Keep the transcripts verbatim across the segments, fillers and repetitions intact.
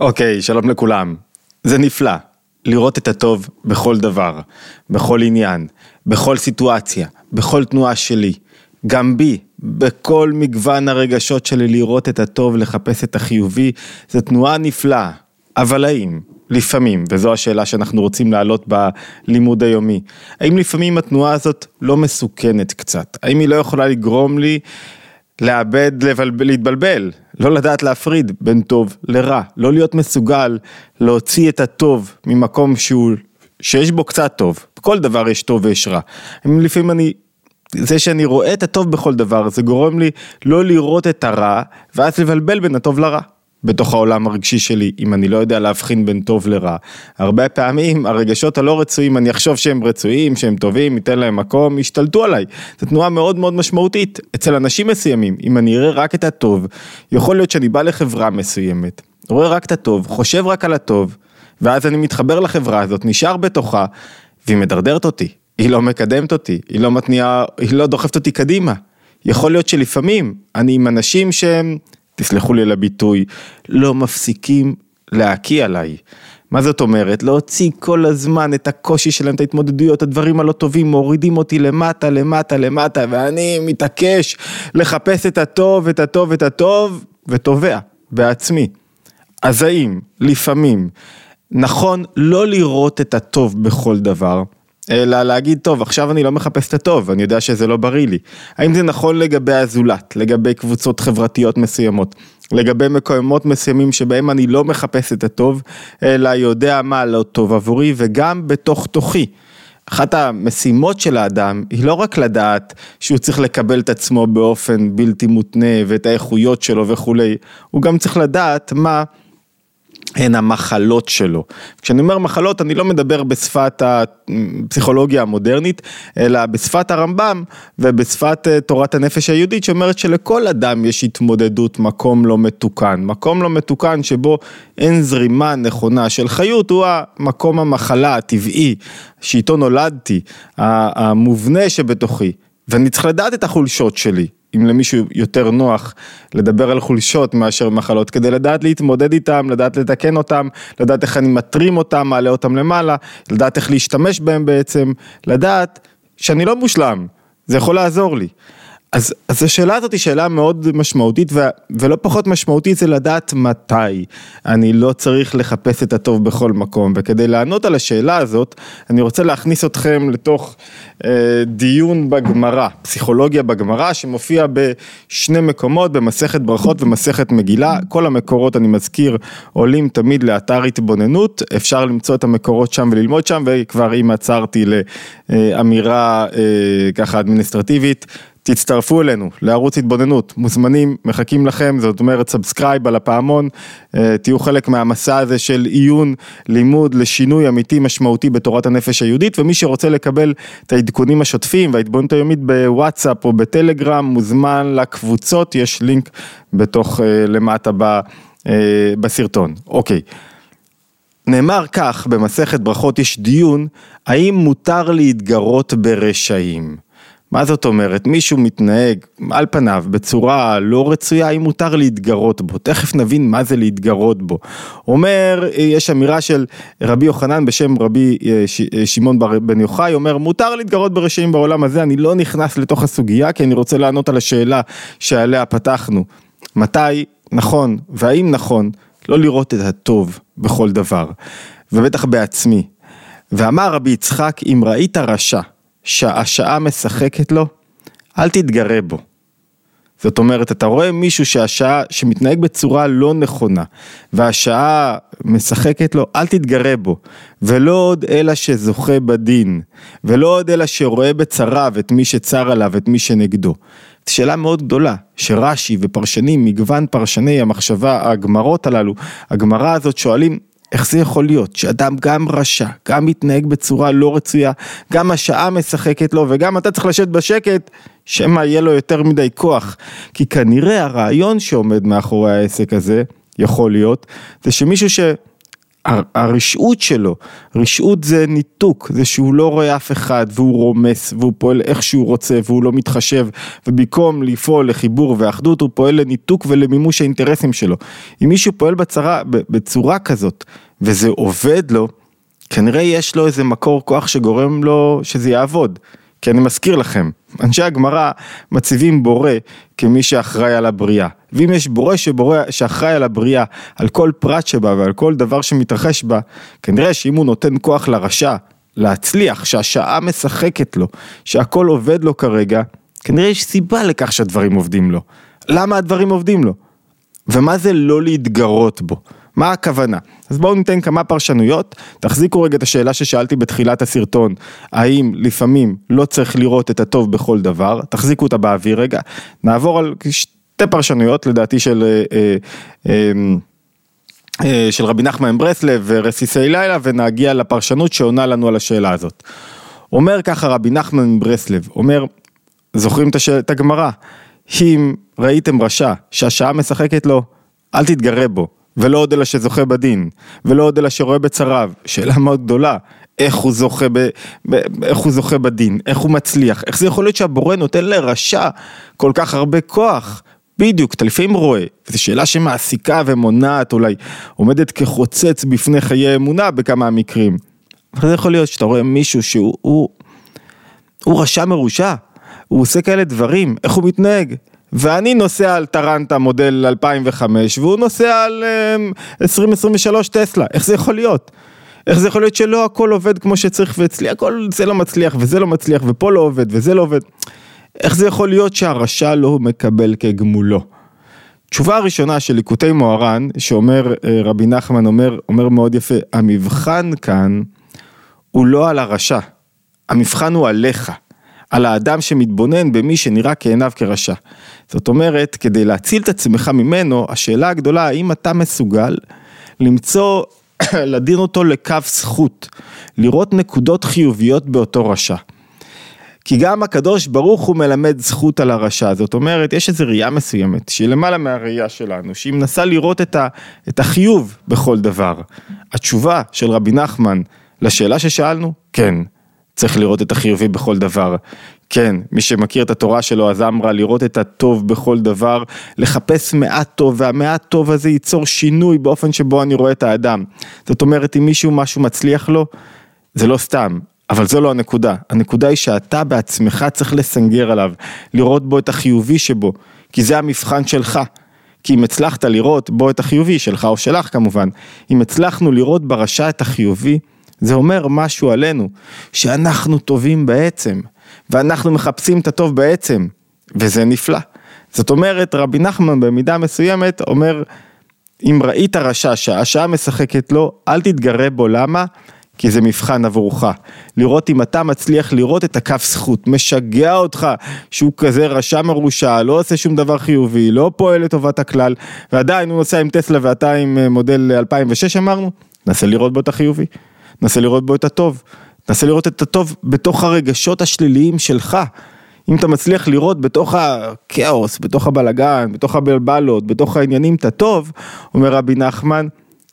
אוקיי, שלום לכולם. זה נפלא, לראות את הטוב בכל דבר, בכל עניין, בכל סיטואציה, בכל תנועה שלי, גם בי, בכל מגוון הרגשות שלי לראות את הטוב, לחפש את החיובי, זו תנועה נפלאה, אבל האם, לפעמים, וזו השאלה שאנחנו רוצים להעלות בלימוד היומי, האם לפעמים התנועה הזאת לא מסוכנת קצת? האם היא לא יכולה לגרום לי לאבד, להתבלבל, לא לדעת להפריד בין טוב לרע, לא להיות מסוגל להוציא את הטוב ממקום שהוא, שיש בו קצת טוב, בכל דבר יש טוב ויש רע. לפעמים אני, זה שאני רואה את הטוב בכל דבר, זה גורם לי לא לראות את הרע, ואז לבלבל בין הטוב לרע. בתוך העולם הרגשי שלי, אם אני לא יודע להבחין בין טוב לרע. הרבה פעמים הרגשות הלא רצויים, אני אחשוב שהם רצויים, שהם טובים, ייתן להם מקום, ישתלטו עליי. זו תנועה מאוד מאוד משמעותית. אצל אנשים מסוימים, אם אני אראה רק את הטוב, יכול להיות שאני בא לחברה מסוימת, רואה רק את הטוב, חושב רק על הטוב, ואז אני מתחבר לחברה הזאת, נשאר בתוכה, והיא מדרדרת אותי. היא לא מקדמת אותי, היא לא מתניעה, היא לא דוחפת אותי קדימה. יכול להיות שלפעמים אני עם אנשים שהם תסלחו לי לביטוי, לא מפסיקים להקיא עליי. מה זאת אומרת? להוציא כל הזמן את הקושי שלהם, את ההתמודדויות, הדברים הלא טובים, מורידים אותי למטה, למטה, למטה, ואני מתעקש לחפש את הטוב, את הטוב, את הטוב, וטובע בעצמי. אז האם, לפעמים, נכון לא לראות את הטוב בכל דבר, אלא להגיד, טוב, עכשיו אני לא מחפש את הטוב, אני יודע שזה לא בריא לי. האם זה נכון לגבי הזולת, לגבי קבוצות חברתיות מסוימות, לגבי מקומות מסוימים שבהם אני לא מחפש את הטוב, אלא יודע מה לא טוב עבורי, וגם בתוך תוכי. אחת המשימות של האדם היא לא רק לדעת שהוא צריך לקבל את עצמו באופן בלתי מותנה, ואת האיכויות שלו וכו', הוא גם צריך לדעת מה הן המחלות שלו. כשאני אומר מחלות, אני לא מדבר בשפת הפסיכולוגיה המודרנית, אלא בשפת הרמב"ם ובשפת תורת הנפש היהודית, שאומרת שלכל אדם יש התמודדות מקום לא מתוקן. מקום לא מתוקן שבו אין זרימה נכונה של חיות, הוא המקום המחלה הטבעי, שאיתו נולדתי, המובנה שבתוכי. ואני צריך לדעת את החולשות שלי. אם למישהו יותר נוח לדבר על חולשות מאשר מחלות, כדי לדעת להתמודד איתם, לדעת לתקן אותם, לדעת איך אני מטרים אותם, מעלה אותם למעלה, לדעת איך להשתמש בהם בעצם, לדעת שאני לא מושלם, זה יכול לעזור לי. אז, אז השאלה הזאת היא שאלה מאוד משמעותית, ו, ולא פחות משמעותית זה לדעת מתי אני לא צריך לחפש את הטוב בכל מקום, וכדי לענות על השאלה הזאת, אני רוצה להכניס אתכם לתוך אה, דיון בגמרא, פסיכולוגיה בגמרא, שמופיע בשני מקומות, במסכת ברכות ומסכת מגילה, כל המקורות אני מזכיר, עולים תמיד לאתר התבוננות, אפשר למצוא את המקורות שם וללמוד שם, וכבר אם עצרתי לאמירה אה, ככה אדמיניסטרטיבית, תצטרפו אלינו לערוץ התבוננות, מוזמנים, מחכים לכם, זאת אומרת סאבסקרייב על הפעמון, תהיו חלק מהמסע הזה של עיון, לימוד לשינוי אמיתי משמעותי בתורת הנפש היהודית, ומי שרוצה לקבל את העדכונים השוטפים וההתבוננות היומית בוואטסאפ או בטלגרם, מוזמן לקבוצות, יש לינק בתוך למטה בסרטון. אוקיי. נאמר כך, במסכת ברכות יש דיון, האם מותר להתגרות ברשעים? מה זאת אומרת? מישהו מתנהג על פניו בצורה לא רצויה, אם מותר להתגרות בו. תכף נבין מה זה להתגרות בו. אומר, יש אמירה של רבי יוחנן בשם רבי שמעון בן יוחאי, אומר, מותר להתגרות ברשעים בעולם הזה, אני לא נכנס לתוך הסוגיה, כי אני רוצה לענות על השאלה שעליה פתחנו. מתי נכון, והאם נכון, לא לראות את הטוב בכל דבר, ובטח בעצמי. ואמר רבי יצחק, אם ראית רשע, שהשעה משחקת לו, אל תתגרה בו. זאת אומרת, אתה רואה מישהו שהשעה, שמתנהג בצורה לא נכונה, והשעה משחקת לו, אל תתגרה בו, ולא עוד אלא שזוכה בדין, ולא עוד אלא שרואה בצריו את מי שצר עליו, את מי שנגדו. זו שאלה מאוד גדולה, שרש"י ופרשנים, מגוון פרשני המחשבה, הגמרות הללו, הגמרה הזאת שואלים, איך זה יכול להיות שאדם גם רשע, גם מתנהג בצורה לא רצויה, גם השעה משחקת לו, וגם אתה צריך לשבת בשקט, שמה יהיה לו יותר מדי כוח. כי כנראה הרעיון שעומד מאחורי העסק הזה, יכול להיות, זה שמישהו הרשעות שלו, רשעות זה ניתוק, זה שהוא לא רואה אף אחד והוא רומס והוא פועל איך שהוא רוצה והוא לא מתחשב, ובמקום לפעול לחיבור ואחדות הוא פועל לניתוק ולמימוש האינטרסים שלו. אם מישהו פועל בצורה, בצורה כזאת וזה עובד לו, כנראה יש לו איזה מקור כוח שגורם לו שזה יעבוד. כי אני מזכיר לכם, אנשי הגמרא מציבים בורא כמי שאחראי על הבריאה. ואם יש בורא שבורא שאחראי על הבריאה, על כל פרט שבה ועל כל דבר שמתרחש בה, כנראה שאם הוא נותן כוח לרשע, להצליח, שהשעה משחקת לו, שהכל עובד לו כרגע, כנראה יש סיבה לכך שהדברים עובדים לו. למה הדברים עובדים לו? ומה זה לא להתגרות בו? מה הכוונה? אז בואו ניתן כמה פרשנויות, תחזיקו רגע את השאלה ששאלתי בתחילת הסרטון, האם לפעמים לא צריך לראות את הטוב בכל דבר, תחזיקו אותה באוויר רגע, נעבור על שתי פרשנויות לדעתי של, אה, אה, אה, של רבי נחמן מברסלב ורסיסי לילה, ונגיע לפרשנות שעונה לנו על השאלה הזאת. אומר ככה רבי נחמן מברסלב, אומר, זוכרים את הגמרא, אם ראיתם רשע שהשעה משחקת לו, אל תתגרה בו. ולא עוד אלא שזוכה בדין, ולא עוד אלא שרואה בצריו, שאלה מאוד גדולה, איך הוא זוכה, ב, ב, איך הוא זוכה בדין, איך הוא מצליח, איך זה יכול להיות שהבורא נותן לרשע כל כך הרבה כוח, בדיוק, אתה לפעמים רואה, וזו שאלה שמעסיקה ומונעת, אולי עומדת כחוצץ בפני חיי אמונה בכמה המקרים, אבל זה יכול להיות שאתה רואה מישהו שהוא הוא, הוא רשע מרושע, הוא עושה כאלה דברים, איך הוא מתנהג, ואני נוסע על טרנטה מודל אלפיים וחמש, והוא נוסע על עשרים עשרים ושלוש טסלה, איך זה יכול להיות? איך זה יכול להיות שלא הכל עובד כמו שצריך ואצלי, הכל זה לא מצליח וזה לא מצליח, ופה לא עובד וזה לא עובד, איך זה יכול להיות שהרשע לא מקבל כגמולו? תשובה הראשונה של ליקוטי מוהר"ן, שאומר רבי נחמן, אומר, אומר מאוד יפה, המבחן כאן הוא לא על הרשע, המבחן הוא עליך, על האדם שמתבונן במי שנראה כעיניו כרשע. זאת אומרת, כדי להציל את עצמך ממנו, השאלה הגדולה, האם אתה מסוגל למצוא, לדין אותו לקו זכות, לראות נקודות חיוביות באותו רשע. כי גם הקדוש ברוך הוא מלמד זכות על הרשע, זאת אומרת, יש איזו ראייה מסוימת, שהיא למעלה מהראייה שלנו, שהיא מנסה לראות את, ה, את החיוב בכל דבר. התשובה של רבי נחמן לשאלה ששאלנו, כן, צריך לראות את החיובי בכל דבר. כן, מי שמכיר את התורה שלו, אז אמרה לראות את הטוב בכל דבר, לחפש מעט טוב, והמעט טוב הזה ייצור שינוי באופן שבו אני רואה את האדם. זאת אומרת, אם מישהו משהו מצליח לו, זה לא סתם, אבל זו לא הנקודה. הנקודה היא שאתה בעצמך צריך לסנגר עליו, לראות בו את החיובי שבו, כי זה המבחן שלך. כי אם הצלחת לראות בו את החיובי שלך או שלך כמובן, אם הצלחנו לראות ברשע את החיובי, זה אומר משהו עלינו, שאנחנו טובים בעצם, ואנחנו מחפשים את הטוב בעצם, וזה נפלא. זאת אומרת, רבי נחמן במידה מסוימת אומר, אם ראית רשע שהשעה משחקת לו, אל תתגרה בו, למה? כי זה מבחן עבורך. לראות אם אתה מצליח לראות את הקו זכות, משגע אותך שהוא כזה רשע מרושע, לא עושה שום דבר חיובי, לא פועל לטובת הכלל, ועדיין הוא נוסע עם טסלה ואתה עם מודל אלפיים ושש אמרנו, נסה לראות בו את החיובי. נסה לראות בו את הטוב, נסה לראות את הטוב בתוך הרגשות השליליים שלך, אם אתה מצליח לראות בתוך הכאוס, בתוך הבלגן, בתוך הבלבלות, בתוך העניינים את הטוב, אומר רבי נחמן,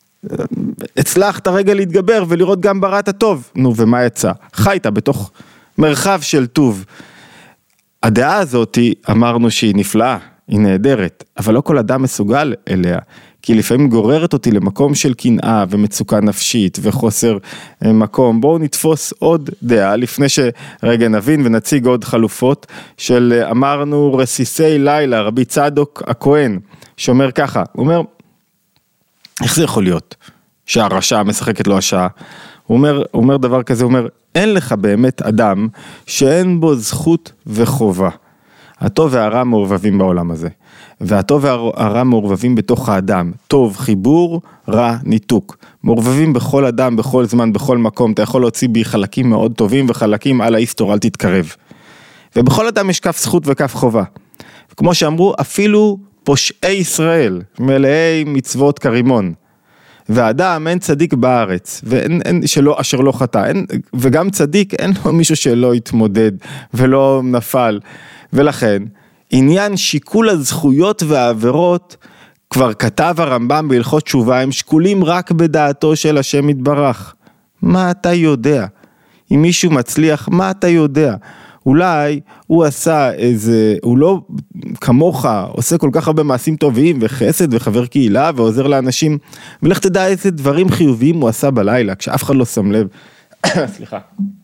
הצלחת רגע להתגבר ולראות גם בראת הטוב, נו ומה יצא? חיית בתוך מרחב של טוב. הדעה הזאת אמרנו שהיא נפלאה, היא נהדרת, אבל לא כל אדם מסוגל אליה, כי לפעמים גוררת אותי למקום של קנאה ומצוקה נפשית וחוסר מקום. בואו נתפוס עוד דעה לפני שרגע נבין ונציג עוד חלופות של אמרנו רסיסי לילה, רבי צדוק הכהן, שאומר ככה, הוא אומר, איך זה יכול להיות שהרשע משחקת לו השעה? הוא אומר, הוא אומר דבר כזה, הוא אומר, אין לך באמת אדם שאין בו זכות וחובה. הטוב והרע מעורבבים בעולם הזה, והטוב והרע מעורבבים בתוך האדם, טוב חיבור, רע ניתוק, מעורבבים בכל אדם, בכל זמן, בכל מקום, אתה יכול להוציא בי חלקים מאוד טובים וחלקים על ההיסטור, אל תתקרב, ובכל אדם יש כף זכות וכף חובה, כמו שאמרו, אפילו פושעי ישראל, מלאי מצוות כרימון, והאדם אין צדיק בארץ, ואין, אין, שלא, אשר לא חטא, אין, וגם צדיק אין לו מישהו שלא יתמודד ולא נפל, ולכן עניין שיקול הזכויות והעבירות כבר כתב הרמב"ם בהלכות תשובה, הם שקולים רק בדעתו של השם יתברך. מה אתה יודע? אם מישהו מצליח, מה אתה יודע? אולי הוא עשה איזה, הוא לא כמוך, עושה כל כך הרבה מעשים טובים וחסד וחבר קהילה ועוזר לאנשים, ולך תדע איזה דברים חיוביים הוא עשה בלילה, כשאף אחד לא שם לב. סליחה.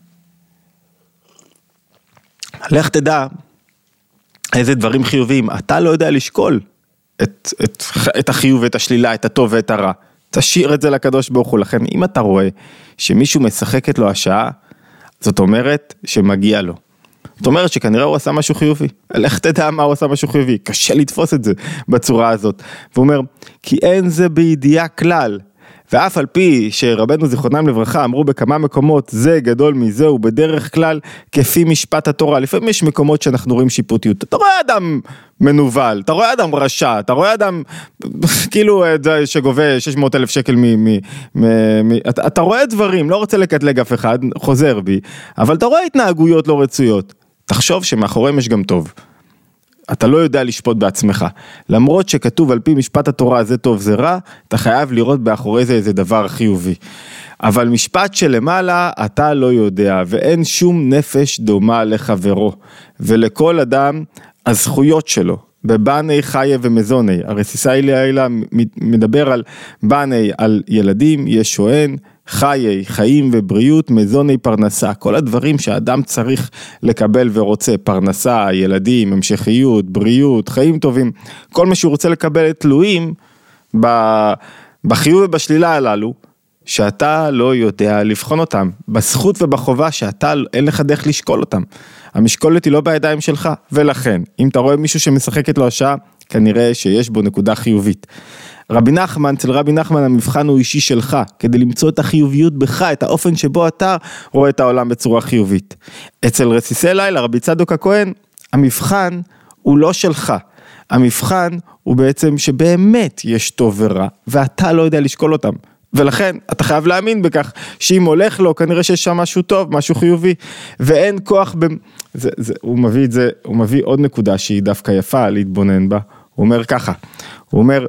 לך תדע איזה דברים חיוביים, אתה לא יודע לשקול את, את, את החיוב ואת השלילה, את הטוב ואת הרע. תשאיר את זה לקדוש ברוך הוא. לכן אם אתה רואה שמישהו משחקת לו השעה, זאת אומרת שמגיע לו. זאת אומרת שכנראה הוא עשה משהו חיובי. לך תדע מה הוא עשה משהו חיובי. קשה לתפוס את זה בצורה הזאת. והוא אומר, כי אין זה בידיעה כלל. ואף על פי שרבנו זיכרונם לברכה אמרו בכמה מקומות, זה גדול מזה, ובדרך כלל כפי משפט התורה. לפעמים יש מקומות שאנחנו רואים שיפוטיות. אתה רואה אדם מנוול, אתה רואה אדם רשע, אתה רואה אדם כאילו שגובה שש מאות אלף שקל מ... מ, מ, מ אתה, אתה רואה דברים, לא רוצה לקטלג אף אחד, חוזר בי, אבל אתה רואה התנהגויות לא רצויות. תחשוב שמאחוריהם יש גם טוב. אתה לא יודע לשפוט בעצמך. למרות שכתוב על פי משפט התורה זה טוב זה רע, אתה חייב לראות באחורי זה איזה דבר חיובי. אבל משפט שלמעלה אתה לא יודע, ואין שום נפש דומה לחברו. ולכל אדם הזכויות שלו, בבני חיה ומזוני. הרסיסאי לילה מדבר על בני, על ילדים, ישוען, חיי, חיים ובריאות, מזוני פרנסה, כל הדברים שהאדם צריך לקבל ורוצה, פרנסה, ילדים, המשכיות, בריאות, חיים טובים, כל מה שהוא רוצה לקבל תלויים בחיוב ובשלילה הללו, שאתה לא יודע לבחון אותם, בזכות ובחובה שאתה אין לך דרך לשקול אותם. המשקולת היא לא בידיים שלך, ולכן, אם אתה רואה מישהו שמשחקת לו השעה, כנראה שיש בו נקודה חיובית. רבי נחמן, אצל רבי נחמן המבחן הוא אישי שלך, כדי למצוא את החיוביות בך, את האופן שבו אתה רואה את העולם בצורה חיובית. אצל רסיסי לילה, רבי צדוק הכהן, המבחן הוא לא שלך. המבחן הוא בעצם שבאמת יש טוב ורע, ואתה לא יודע לשקול אותם. ולכן אתה חייב להאמין בכך, שאם הולך לו, כנראה שיש שם משהו טוב, משהו חיובי, ואין כוח ב... זה, זה, הוא מביא את זה, הוא מביא עוד נקודה שהיא דווקא יפה להתבונן בה. הוא אומר ככה, הוא אומר,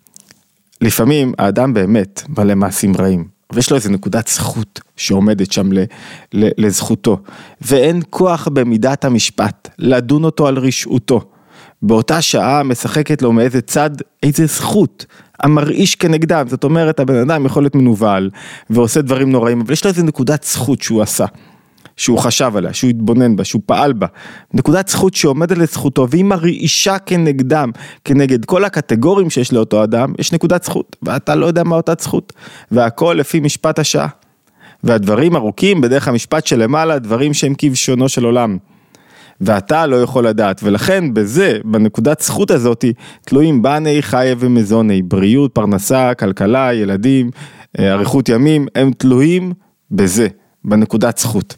לפעמים האדם באמת מלא מעשים רעים, ויש לו איזו נקודת זכות שעומדת שם ל, ל, לזכותו, ואין כוח במידת המשפט, לדון אותו על רשעותו. באותה שעה משחקת לו מאיזה צד, איזה זכות, המרעיש כנגדם, זאת אומרת, הבן אדם יכול להיות מנוול, ועושה דברים נוראים, אבל יש לו איזו נקודת זכות שהוא עשה, שהוא חשב עליה, שהוא התבונן בה, שהוא פעל בה, נקודת זכות שעומדת לזכותו, והיא מרעישה כנגדם, כנגד כל הקטגורים שיש לאותו אדם, יש נקודת זכות, ואתה לא יודע מה אותה זכות, והכל לפי משפט השעה, והדברים ארוכים בדרך המשפט שלמעלה, דברים שהם כבשונו של עולם, ואתה לא יכול לדעת, ולכן בזה, בנקודת זכות הזאת, תלויים בני חיה ומזוני, בריאות, פרנסה, כלכלה, ילדים, אריכות ימים, הם תלויים בזה, בנקודת זכות.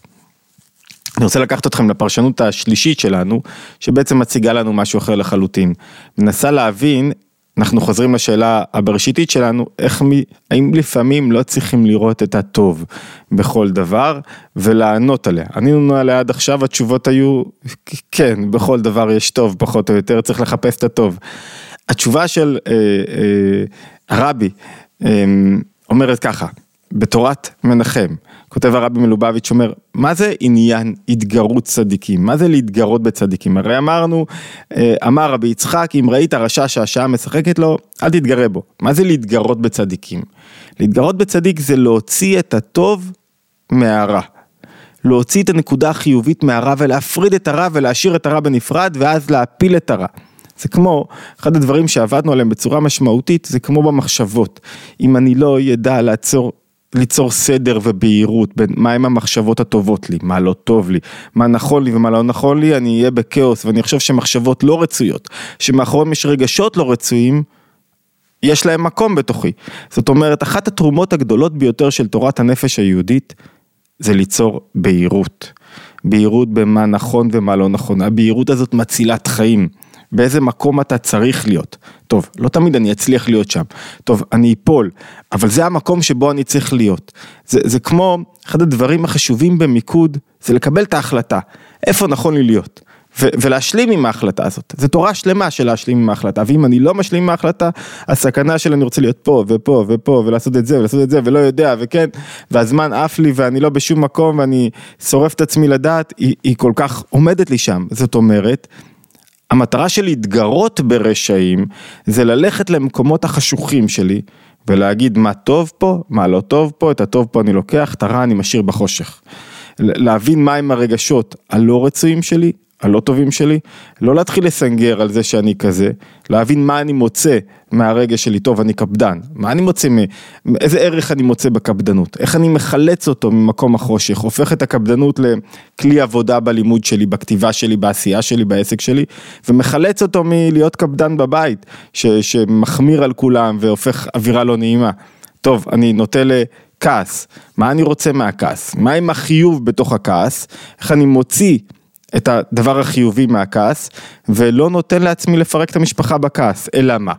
אני רוצה לקחת אתכם לפרשנות השלישית שלנו, שבעצם מציגה לנו משהו אחר לחלוטין. מנסה להבין, אנחנו חוזרים לשאלה הבראשיתית שלנו, איך מי, האם לפעמים לא צריכים לראות את הטוב בכל דבר, ולענות עליה. ענינו עליה עד עכשיו, התשובות היו, כן, בכל דבר יש טוב, פחות או יותר, צריך לחפש את הטוב. התשובה של אה, אה, הרבי אה, אומרת ככה, בתורת מנחם, כותב הרבי מלובביץ' אומר, מה זה עניין התגרות צדיקים? מה זה להתגרות בצדיקים? הרי אמרנו, אמר רבי יצחק, אם ראית רשע שהשעה משחקת לו, אל תתגרה בו. מה זה להתגרות בצדיקים? להתגרות בצדיק זה להוציא את הטוב מהרע. להוציא את הנקודה החיובית מהרע ולהפריד את הרע ולהשאיר את הרע בנפרד ואז להפיל את הרע. זה כמו, אחד הדברים שעבדנו עליהם בצורה משמעותית, זה כמו במחשבות. אם אני לא ידע לעצור, ליצור סדר ובהירות בין מה הם המחשבות הטובות לי, מה לא טוב לי, מה נכון לי ומה לא נכון לי, אני אהיה בקאוס ואני חושב שמחשבות לא רצויות, שמאחוריהם יש רגשות לא רצויים, יש להם מקום בתוכי. זאת אומרת, אחת התרומות הגדולות ביותר של תורת הנפש היהודית, זה ליצור בהירות. בהירות במה נכון ומה לא נכון. הבהירות הזאת מצילת חיים. באיזה מקום אתה צריך להיות. טוב, לא תמיד אני אצליח להיות שם. טוב, אני אפול, אבל זה המקום שבו אני צריך להיות. זה, זה כמו, אחד הדברים החשובים במיקוד, זה לקבל את ההחלטה. איפה נכון לי להיות? ו- ולהשלים עם ההחלטה הזאת. זו תורה שלמה של להשלים עם ההחלטה, ואם אני לא משלים עם ההחלטה, הסכנה של אני רוצה להיות פה ופה ופה, ולעשות את זה ולעשות את זה, ולא יודע, וכן, והזמן עף לי, ואני לא בשום מקום, ואני שורף את עצמי לדעת, היא, היא כל כך עומדת לי שם. זאת אומרת, המטרה שלי להתגרות ברשעים, זה ללכת למקומות החשוכים שלי, ולהגיד מה טוב פה, מה לא טוב פה, את הטוב פה אני לוקח, את הרע אני משאיר בחושך. להבין מהם הרגשות הלא רצויים שלי, הלא טובים שלי, לא להתחיל לסנגר על זה שאני כזה, להבין מה אני מוצא מהרגש שלי, טוב אני קפדן, מה אני מוצא, איזה ערך אני מוצא בקפדנות, איך אני מחלץ אותו ממקום החושך, הופך את הקפדנות לכלי עבודה בלימוד שלי, בכתיבה שלי, בעשייה שלי, בעסק שלי, ומחלץ אותו מלהיות קפדן בבית, ש, שמחמיר על כולם והופך אווירה לא נעימה. טוב, אני נוטה לכעס, מה אני רוצה מהכעס, מה עם החיוב בתוך הכעס, איך אני מוציא את הדבר החיובי מהכעס, ולא נותן לעצמי לפרק את המשפחה בכעס, אלא מה?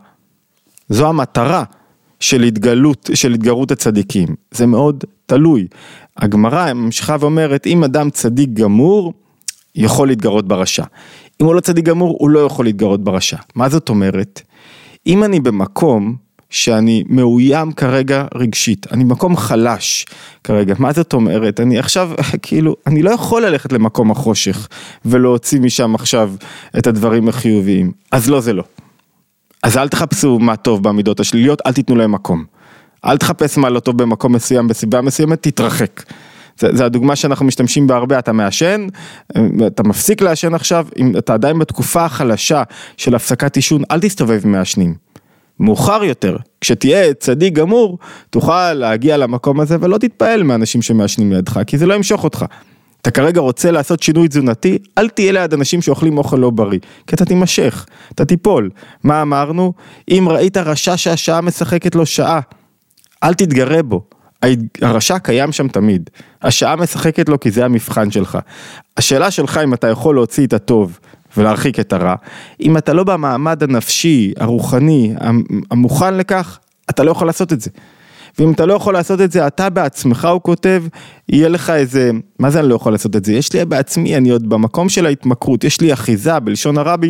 זו המטרה של התגלות, של התגרות הצדיקים, זה מאוד תלוי. הגמרא ממשיכה ואומרת, אם אדם צדיק גמור, יכול להתגרות ברשע. אם הוא לא צדיק גמור, הוא לא יכול להתגרות ברשע. מה זאת אומרת? אם אני במקום, שאני מאוים כרגע רגשית, אני מקום חלש כרגע, מה זאת אומרת? אני עכשיו, כאילו, אני לא יכול ללכת למקום החושך, ולהוציא משם עכשיו את הדברים החיוביים, אז לא זה לא. אז אל תחפשו מה טוב בעמידות השליליות, אל תיתנו להם מקום. אל תחפש מה לא טוב במקום מסוים, בסיבה מסוימת, תתרחק. זה, זה הדוגמה שאנחנו משתמשים בהרבה, אתה מעשן, אתה מפסיק לעשן עכשיו, אם אתה עדיין בתקופה החלשה של הפסקת עישון, אל תסתובב מעשנים. מאוחר יותר, כשתהיה צדיק גמור, תוכל להגיע למקום הזה, ולא תתפעל מאנשים שמעשנים לידך, כי זה לא ימשוך אותך. אתה כרגע רוצה לעשות שינוי תזונתי, אל תהיה ליד אנשים שאוכלים אוכל לא בריא, כי אתה תימשך, אתה תיפול. מה אמרנו? אם ראית רשע שהשעה משחקת לו שעה, אל תתגרה בו. הרשע קיים שם תמיד. השעה משחקת לו כי זה המבחן שלך. השאלה שלך אם אתה יכול להוציא את הטוב, ולהרחיק את הרע, אם אתה לא במעמד הנפשי, הרוחני, המוכן לכך, אתה לא יכול לעשות את זה. ואם אתה לא יכול לעשות את זה, אתה בעצמך, הוא כותב, יהיה לך איזה, מה זה אני לא יכול לעשות את זה? יש לי בעצמי, אני עוד במקום של ההתמכרות, יש לי אחיזה בלשון הרבי,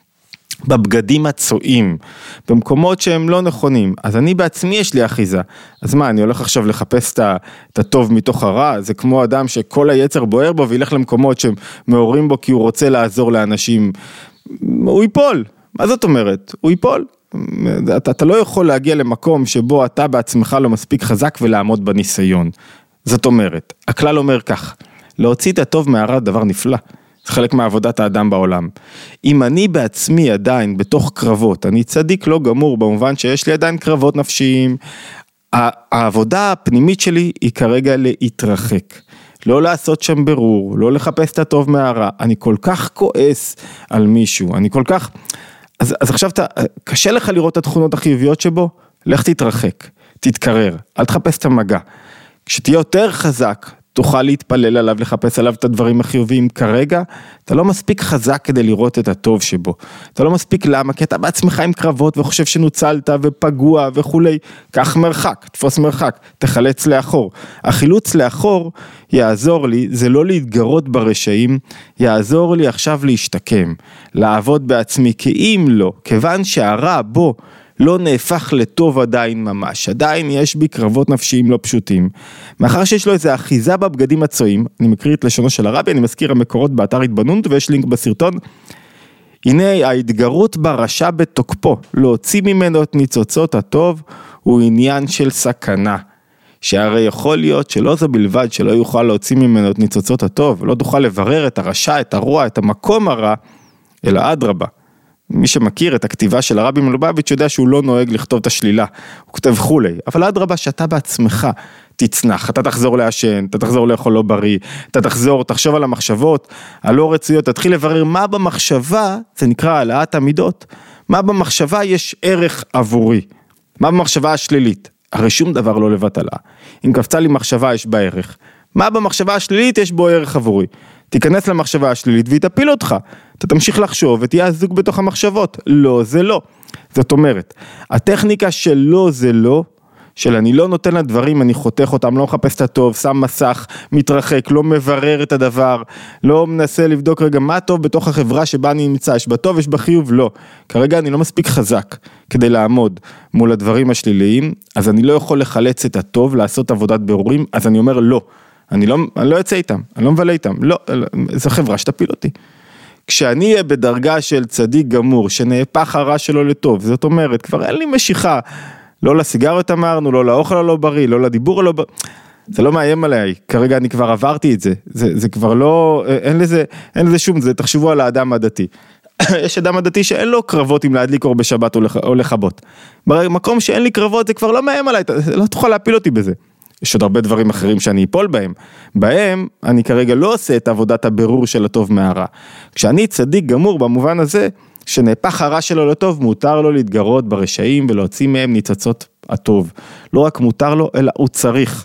בבגדים הצועים, במקומות שהם לא נכונים, אז אני בעצמי יש לי אחיזה, אז מה, אני הולך עכשיו לחפש את הטוב מתוך הרע, זה כמו אדם שכל היצר בוער בו, וילך למקומות שמעורים בו, כי הוא רוצה לעזור לאנשים, הוא ייפול, מה זאת אומרת? הוא ייפול, אתה, אתה לא יכול להגיע למקום שבו אתה בעצמך לא מספיק חזק, ולעמוד בניסיון, זאת אומרת, הכלל אומר כך, להוציא את הטוב מהרע דבר נפלא, זה חלק מעבודת האדם בעולם. אם אני בעצמי עדיין בתוך קרבות, אני צדיק לא גמור במובן שיש לי עדיין קרבות נפשיים, העבודה הפנימית שלי היא כרגע להתרחק. לא לעשות שם ברור, לא לחפש את הטוב מהרע. אני כל כך כועס על מישהו, אני כל כך... אז, אז עכשיו אתה, קשה לך לראות את התכונות החיוביות שבו, לך תתרחק, תתקרר, אל תחפש את המגע. כשתהיה יותר חזק, תוכל להתפלל עליו, לחפש עליו את הדברים החיוביים כרגע, אתה לא מספיק חזק כדי לראות את הטוב שבו. אתה לא מספיק למה? כי אתה בעצמך עם קרבות וחושב שנוצלת ופגוע וכולי. קח מרחק, תפוס מרחק, תחלץ לאחור. החילוץ לאחור יעזור לי, זה לא להתגרות ברשעים, יעזור לי עכשיו להשתקם, לעבוד בעצמי, כי אם לא, כיוון שהרע בו, לא נהפך לטוב עדיין ממש, עדיין יש בי קרבות נפשיים לא פשוטים, מאחר שיש לו איזה אחיזה בבגדים הצועים, אני מקריא את לשונו של הרבי, אני מזכיר המקורות באתר התבוננות, ויש לינק בסרטון, הנה ההתגרות ברשע בתוקפו, להוציא ממנו את ניצוצות הטוב, הוא עניין של סכנה, שהרי יכול להיות שלא זו בלבד, שלא יוכל להוציא ממנו את ניצוצות הטוב, לא תוכל לברר את הרשע, את הרוע, את המקום הרע, אלא אדרבה. מי שמכיר את הכתיבה של הרבי מלובביץ' יודע שהוא לא נוהג לכתוב את השלילה, הוא כותב חולי, אבל אדרבה שאתה בעצמך תצנח, אתה תחזור לעשן, אתה תחזור לאכול לא בריא, אתה תחזור, תחשוב על המחשבות, הלא רצויות, תתחיל לברר מה במחשבה, זה נקרא העלאת המידות, מה במחשבה יש ערך עבורי, מה במחשבה השלילית, הרי שום דבר לא לבטלה, אם קפצה לי מחשבה יש בה ערך, מה במחשבה השלילית יש בו ערך עבורי, תיכנס למחשבה השלילית והיא תפיל אותך, אתה תמשיך לחשוב ותהיה הזוג בתוך המחשבות, לא זה לא, זאת אומרת, הטכניקה של לא זה לא, של אני לא נותן לדברים, אני חותך אותם, לא מחפש את הטוב, שם מסך, מתרחק, לא מברר את הדבר, לא מנסה לבדוק רגע מה טוב בתוך החברה שבה אני נמצא, יש בטוב, יש בחיוב, לא. כרגע אני לא מספיק חזק כדי לעמוד מול הדברים השליליים, אז אני לא יכול לחלץ את הטוב, לעשות עבודת בירורים, אז אני אומר לא, אני לא, אני לא יוצא איתם, אני לא מבלה איתם, לא, זו חברה שתפיל אותי. כשאני אהיה בדרגה של צדיק גמור, שנהפך הרע שלו לטוב, זאת אומרת, כבר אין לי משיכה, לא לסיגריות אמרנו, לא לאוכל הלא בריא, לא לדיבור הלא בריא, זה לא מאיים עליי, כרגע אני כבר עברתי את זה, זה, זה כבר לא, אין לזה, אין לזה שום, זה, תחשבו על האדם הדתי, יש אדם הדתי שאין לו קרבות אם להדליק אור בשבת או, לח, או לחבות, במקום שאין לי קרבות זה כבר לא מאיים עליי, לא תוכל להפיל אותי בזה, יש עוד הרבה דברים אחרים שאני אפול בהם, בהם אני כרגע לא עושה את עבודת הבירור של הטוב מהרע, כשאני צדיק גמור במובן הזה, שנהפך הרע שלו לטוב, מותר לו להתגרות ברשעים ולהוציא מהם ניצוצות הטוב. לא רק מותר לו, אלא הוא צריך.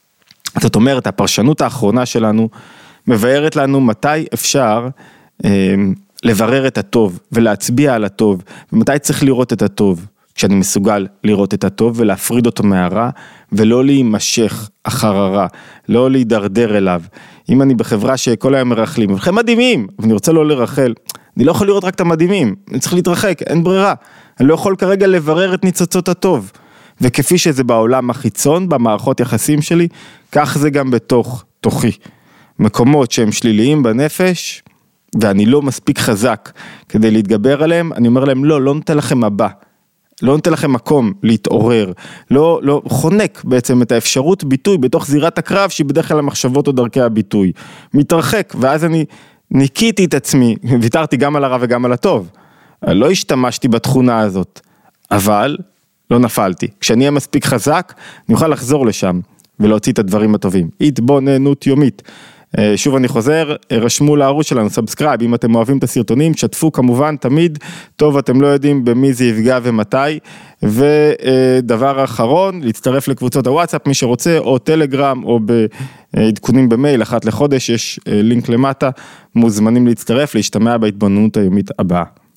זאת אומרת, הפרשנות האחרונה שלנו, מבארת לנו מתי אפשר אה, לברר את הטוב, ולהצביע על הטוב, ומתי צריך לראות את הטוב, כשאני מסוגל לראות את הטוב, ולהפריד אותו מהרע, ולא להימשך אחר הרע, לא להידרדר אליו. אם אני בחברה שכל היום מרחלים, הם מדהימים, ואני רוצה לא לרחל, אני לא יכול לראות רק את המדהימים, אני צריך להתרחק, אין ברירה, אני לא יכול כרגע לברר את ניצוצות הטוב, וכפי שזה בעולם החיצון, במערכות יחסים שלי, כך זה גם בתוך תוכי, מקומות שהם שליליים בנפש, ואני לא מספיק חזק כדי להתגבר עליהם, אני אומר להם לא, לא נותן לכם הבא, לא נותן לכם מקום להתעורר, לא, לא חונק בעצם את האפשרות ביטוי בתוך זירת הקרב, שהיא בדרך כלל המחשבות או דרכי הביטוי, מתרחק, ואז אני ניקיתי את עצמי, ויתרתי גם על הרע וגם על הטוב, לא השתמשתי בתכונה הזאת, אבל לא נפלתי, כשאני אהיה מספיק חזק, אני אוכל לחזור לשם, ולהוציא את הדברים הטובים, התבוננות יומית, שוב אני חוזר, רשמו לערוץ שלנו, סאבסקרייב, אם אתם אוהבים את הסרטונים, שתפו כמובן תמיד, טוב אתם לא יודעים במי זה יפגע ומתי, ודבר האחרון, להצטרף לקבוצות הוואטסאפ, מי שרוצה, או טלגרם, או בעדכונים במייל, אחת לחודש, יש לינק למטה, מוזמנים להצטרף, להשתמע בהתבוננות היומית הבאה.